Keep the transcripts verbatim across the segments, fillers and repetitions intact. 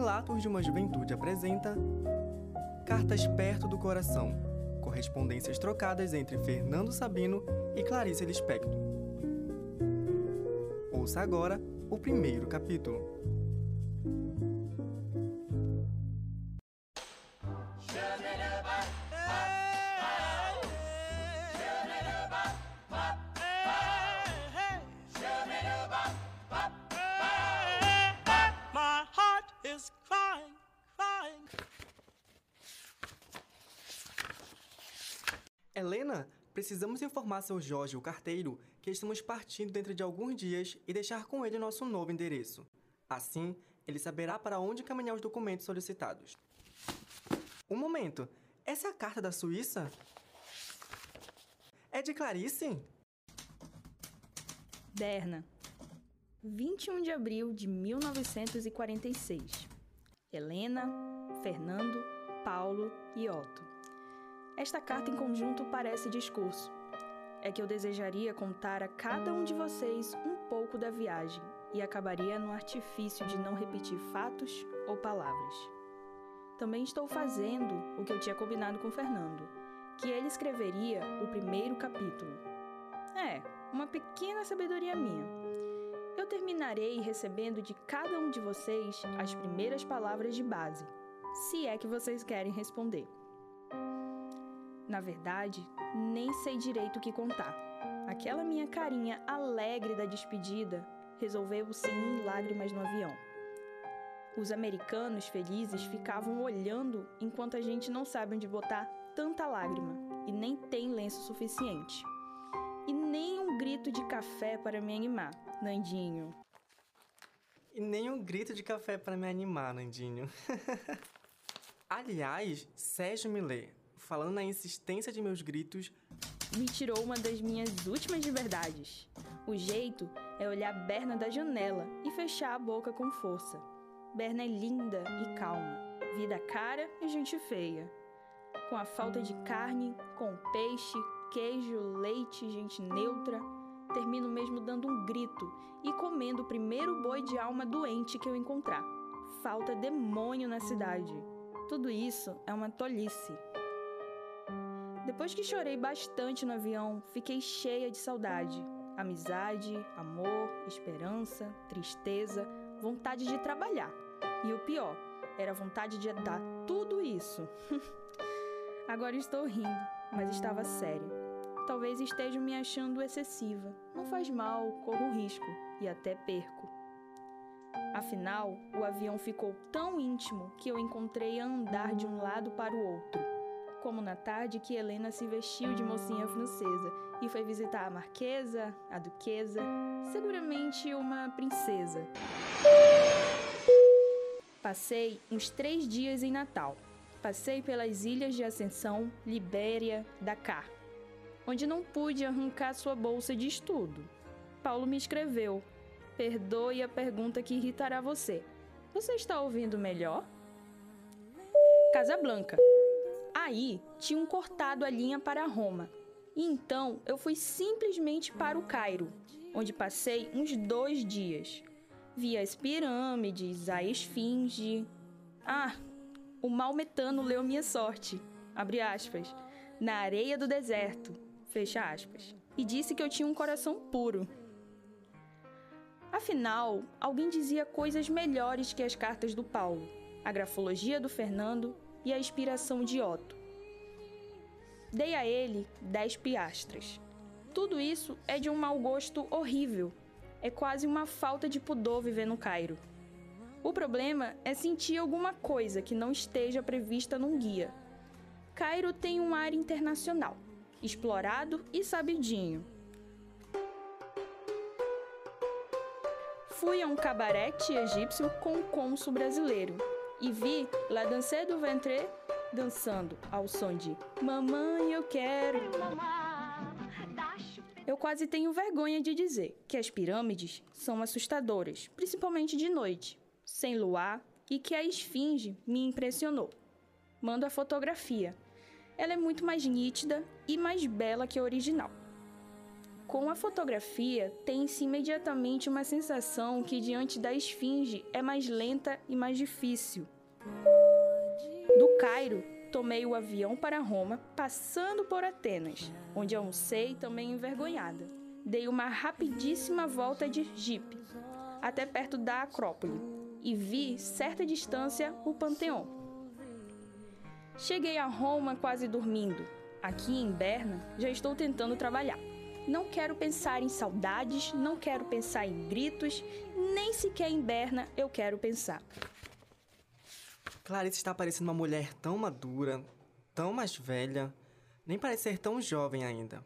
Relatos de uma Juventude apresenta Cartas Perto do Coração, correspondências trocadas entre Fernando Sabino e Clarice Lispector. Ouça agora o primeiro capítulo. Helena, precisamos informar seu Jorge, o carteiro, que estamos partindo dentro de alguns dias e deixar com ele nosso novo endereço. Assim, ele saberá para onde caminhar os documentos solicitados. Um momento, essa é a carta da Suíça? É de Clarice? Berna, vinte e um de abril de mil novecentos e quarenta e seis. Helena, Fernando, Paulo e Otto. Esta carta em conjunto parece discurso. É que eu desejaria contar a cada um de vocês um pouco da viagem e acabaria no artifício de não repetir fatos ou palavras. Também estou fazendo o que eu tinha combinado com Fernando, que ele escreveria o primeiro capítulo. É, uma pequena sabedoria minha. Eu terminarei recebendo de cada um de vocês as primeiras palavras de base, se é que vocês querem responder. Na verdade, nem sei direito o que contar. Aquela minha carinha alegre da despedida resolveu sim em lágrimas no avião. Os americanos felizes ficavam olhando enquanto a gente não sabe onde botar tanta lágrima e nem tem lenço suficiente. E nem um grito de café para me animar, Nandinho. E nem um grito de café para me animar, Nandinho. Aliás, Sérgio Millet, falando na insistência de meus gritos, me tirou uma das minhas últimas liberdades. O jeito é olhar Berna da janela e fechar a boca com força. Berna é linda e calma, vida cara e gente feia. Com a falta de carne, com peixe, queijo, leite, gente neutra, termino mesmo dando um grito e comendo o primeiro boi de alma doente que eu encontrar. Falta demônio na cidade. Tudo isso é uma tolice. Depois que chorei bastante no avião, fiquei cheia de saudade. Amizade, amor, esperança, tristeza, vontade de trabalhar. E o pior, era vontade de dar tudo isso. Agora estou rindo, mas estava séria. Talvez esteja me achando excessiva. Não faz mal, corro risco e até perco. Afinal, o avião ficou tão íntimo que eu encontrei a andar de um lado para o outro. Como na tarde que Helena se vestiu de mocinha francesa e foi visitar a marquesa, a duquesa, seguramente uma princesa. Passei uns três dias em Natal. Passei pelas ilhas de Ascensão, Libéria, Dakar, onde não pude arrancar sua bolsa de estudo. Paulo me escreveu: perdoe a pergunta que irritará você. Você está ouvindo melhor? Casablanca. Aí, tinham cortado a linha para Roma. E então, eu fui simplesmente para o Cairo, onde passei uns dois dias. Vi as pirâmides, a esfinge. Ah, o maometano leu minha sorte, abre aspas, na areia do deserto, fecha aspas, e disse que eu tinha um coração puro. Afinal, alguém dizia coisas melhores que as cartas do Paulo, a grafologia do Fernando e a inspiração de Otto. Dei a ele dez piastras. Tudo isso é de um mau gosto horrível. É quase uma falta de pudor viver no Cairo. O problema é sentir alguma coisa que não esteja prevista num guia. Cairo tem um ar internacional, explorado e sabidinho. Fui a um cabarete egípcio com um cônsul brasileiro e vi La Danse du Ventre dançando ao som de Mamãe, eu quero. Eu quase tenho vergonha de dizer que as pirâmides são assustadoras, principalmente de noite, sem luar, e que a esfinge me impressionou. Mando a fotografia. Ela é muito mais nítida e mais bela que a original. Com a fotografia, tem-se imediatamente uma sensação que diante da esfinge é mais lenta e mais difícil. Do Cairo, tomei o avião para Roma, passando por Atenas, onde almocei também envergonhada. Dei uma rapidíssima volta de jipe, até perto da Acrópole, e vi, certa distância, o Panteão. Cheguei a Roma quase dormindo. Aqui em Berna, já estou tentando trabalhar. Não quero pensar em saudades, não quero pensar em gritos, nem sequer em Berna eu quero pensar. Clarice está parecendo uma mulher tão madura, tão mais velha, nem parece ser tão jovem ainda.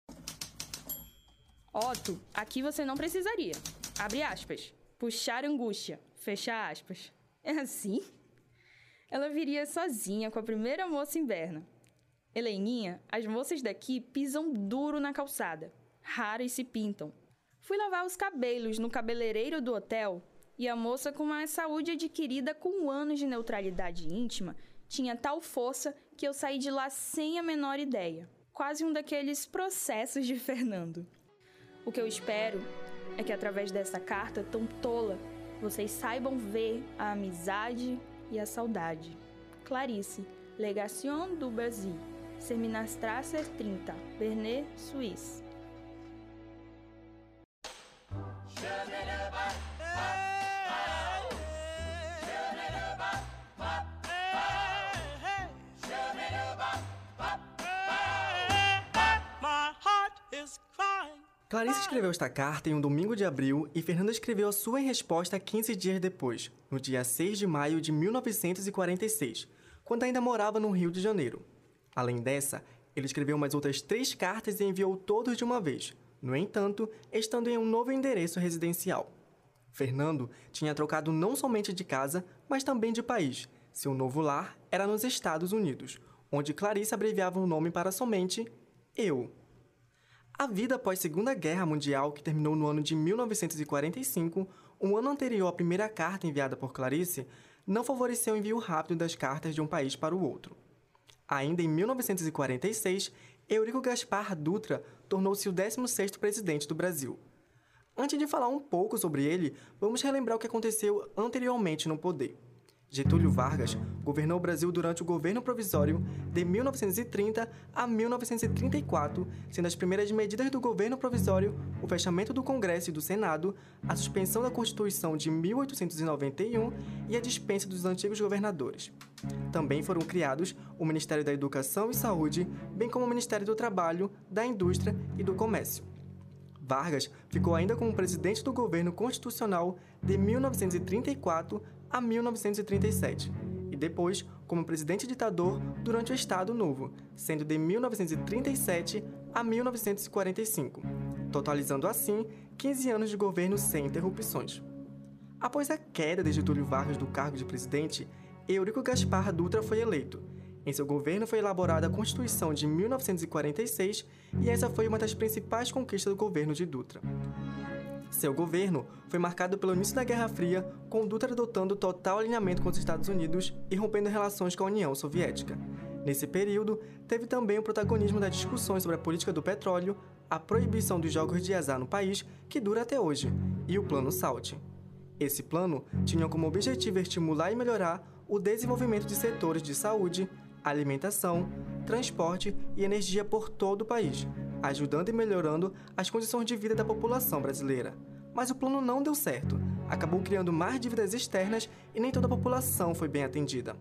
Otto, aqui você não precisaria. Abre aspas. Puxar angústia. Fecha aspas. É assim? Ela viria sozinha com a primeira moça em Berna. Heleninha, as moças daqui pisam duro na calçada. Raras se pintam. Fui lavar os cabelos no cabeleireiro do hotel e a moça, com uma saúde adquirida com anos de neutralidade íntima, tinha tal força que eu saí de lá sem a menor ideia. Quase um daqueles processos de Fernando. O que eu espero é que através dessa carta tão tola, vocês saibam ver a amizade e a saudade. Clarice, Legation du Brasil, Seminarstrasse trinta, Bernay, Suíça. Clarice escreveu esta carta em um domingo de abril e Fernando escreveu a sua em resposta quinze dias depois, no dia seis de maio de mil novecentos e quarenta e seis, quando ainda morava no Rio de Janeiro. Além dessa, ele escreveu mais outras três cartas e enviou todos de uma vez, no entanto, estando em um novo endereço residencial. Fernando tinha trocado não somente de casa, mas também de país. Seu novo lar era nos Estados Unidos, onde Clarice abreviava o nome para somente eu. A vida após a Segunda Guerra Mundial, que terminou no ano de mil novecentos e quarenta e cinco, um ano anterior à primeira carta enviada por Clarice, não favoreceu o envio rápido das cartas de um país para o outro. Ainda em mil novecentos e quarenta e seis, Eurico Gaspar Dutra tornou-se o décimo sexto presidente do Brasil. Antes de falar um pouco sobre ele, vamos relembrar o que aconteceu anteriormente no poder. Getúlio Vargas governou o Brasil durante o governo provisório de mil novecentos e trinta a mil novecentos e trinta e quatro, sendo as primeiras medidas do governo provisório o fechamento do Congresso e do Senado, a suspensão da Constituição de mil oitocentos e noventa e um e a dispensa dos antigos governadores. Também foram criados o Ministério da Educação e Saúde, bem como o Ministério do Trabalho, da Indústria e do Comércio. Vargas ficou ainda como presidente do governo constitucional de mil novecentos e trinta e quatro a mil novecentos e trinta e sete, e depois como presidente ditador durante o Estado Novo, sendo de mil novecentos e trinta e sete a mil novecentos e quarenta e cinco, totalizando assim quinze anos de governo sem interrupções. Após a queda de Getúlio Vargas do cargo de presidente, Eurico Gaspar Dutra foi eleito. Em seu governo foi elaborada a Constituição de mil novecentos e quarenta e seis e essa foi uma das principais conquistas do governo de Dutra. Seu governo foi marcado pelo início da Guerra Fria, com Dutra adotando total alinhamento com os Estados Unidos e rompendo relações com a União Soviética. Nesse período, teve também o protagonismo das discussões sobre a política do petróleo, a proibição dos jogos de azar no país, que dura até hoje, e o Plano SALT. Esse plano tinha como objetivo estimular e melhorar o desenvolvimento de setores de saúde, alimentação, transporte e energia por todo o país, ajudando e melhorando as condições de vida da população brasileira. Mas o plano não deu certo, acabou criando mais dívidas externas e nem toda a população foi bem atendida.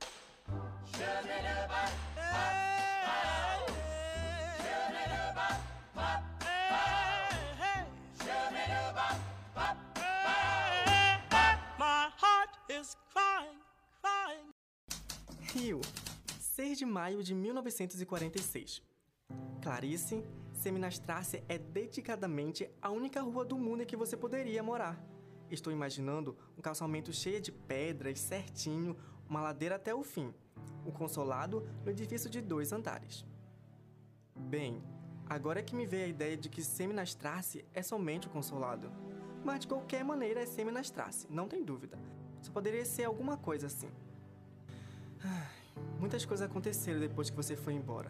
Rio, seis de maio de mil novecentos e quarenta e seis. Clarice, Seminarstrasse é dedicadamente a única rua do mundo em que você poderia morar. Estou imaginando um calçamento cheio de pedras, certinho, uma ladeira até o fim. O consolado no edifício de dois andares. Bem, agora é que me veio a ideia de que Seminarstrasse é somente o consolado. Mas de qualquer maneira é Seminarstrasse, não tem dúvida. Só poderia ser alguma coisa assim. Ai, muitas coisas aconteceram depois que você foi embora.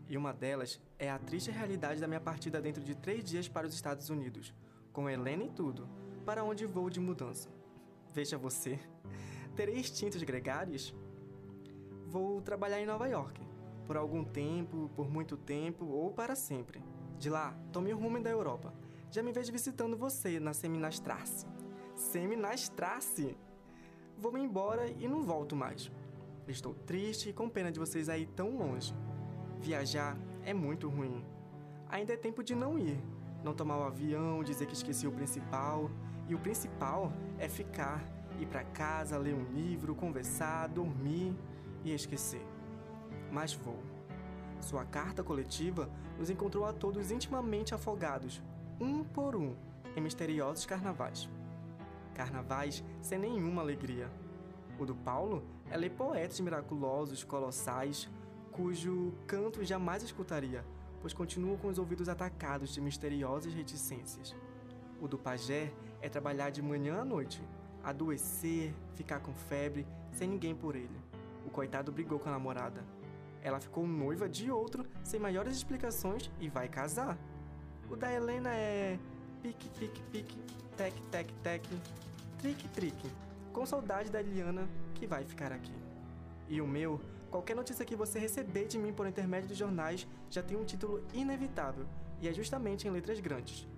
E uma delas é a triste realidade da minha partida dentro de três dias para os Estados Unidos, com Helena e tudo, para onde vou de mudança. Veja você, terei instintos gregários? Vou trabalhar em Nova York, por algum tempo, por muito tempo ou para sempre. De lá, tome o rumo da Europa. Já me vejo visitando você na Seminastrasse. Seminastrasse! Vou-me embora e não volto mais. Estou triste e com pena de vocês aí tão longe. Viajar é muito ruim. Ainda é tempo de não ir, não tomar o avião, dizer que esqueci o principal. E o principal é ficar, ir para casa, ler um livro, conversar, dormir e esquecer. Mas vou. Sua carta coletiva nos encontrou a todos intimamente afogados, um por um, em misteriosos carnavais. Carnavais sem nenhuma alegria. O do Paulo é ler poetas miraculosos, colossais, cujo canto jamais escutaria, pois continuo com os ouvidos atacados de misteriosas reticências. O do Pajé é trabalhar de manhã à noite, adoecer, ficar com febre, sem ninguém por ele. O coitado brigou com a namorada. Ela ficou noiva de outro, sem maiores explicações, e vai casar. O da Helena é pique, pique, pique, tec, tec, tec, trique, trique, com saudade da Eliana, que vai ficar aqui. E o meu, qualquer notícia que você receber de mim por intermédio dos jornais já tem um título inevitável, e é justamente em letras grandes.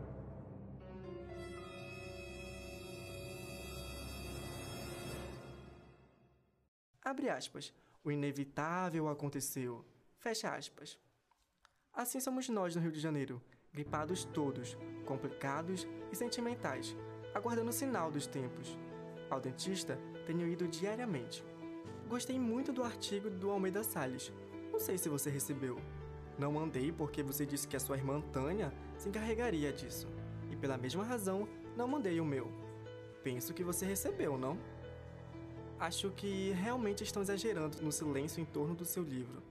Abre aspas. O inevitável aconteceu. Fecha aspas. Assim somos nós no Rio de Janeiro, gripados todos, complicados e sentimentais, aguardando o sinal dos tempos. Ao dentista, tenho ido diariamente. Gostei muito do artigo do Almeida Salles. Não sei se você recebeu. Não mandei porque você disse que a sua irmã Tânia se encarregaria disso. E pela mesma razão, não mandei o meu. Penso que você recebeu, não? Acho que realmente estão exagerando no silêncio em torno do seu livro.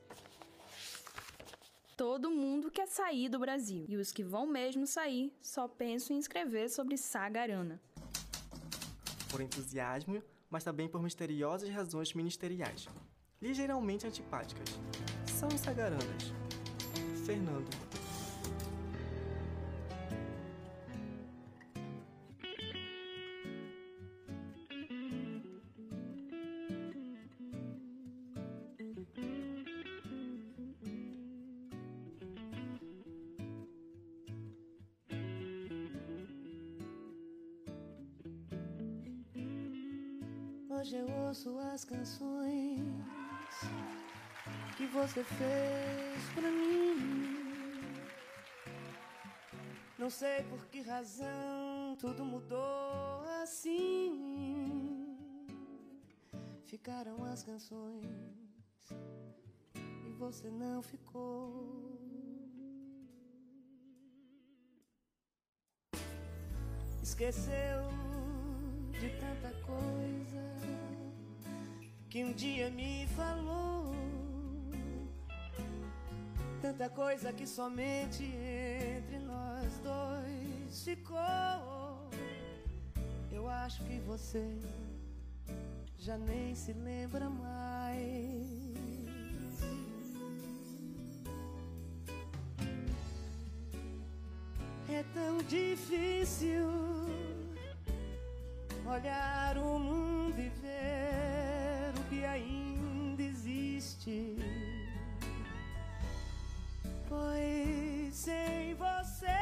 Todo mundo quer sair do Brasil. E os que vão mesmo sair só pensam em escrever sobre Sagarana. Por entusiasmo, mas também por misteriosas razões ministeriais, ligeiramente antipáticas. São os Sagaranas. Fernando. Hoje eu ouço as canções que você fez pra mim. Não sei por que razão tudo mudou assim. Ficaram as canções e você não ficou. Esqueceu de tanta coisa que um dia me falou, tanta coisa que somente entre nós dois ficou. Eu acho que você já nem se lembra mais. É tão difícil olhar o mundo e ver o que ainda existe, pois sem você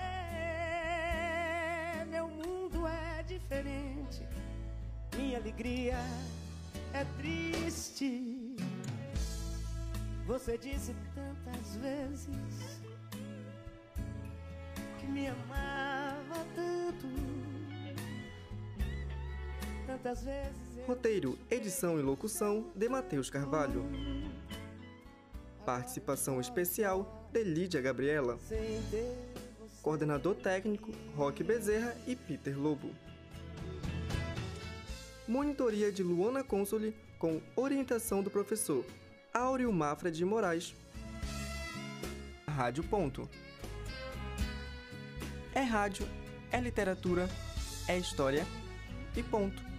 meu mundo é diferente, minha alegria é triste. Você disse tantas vezes que me amava tanto. Roteiro, edição e locução de Matheus Carvalho. Participação especial de Lídia Gabriela. Coordenador técnico Roque Bezerra e Peter Lobo. Monitoria de Luana Consoli com orientação do professor Áureo Mafra de Moraes. Rádio Ponto. É rádio, é literatura, é história e ponto.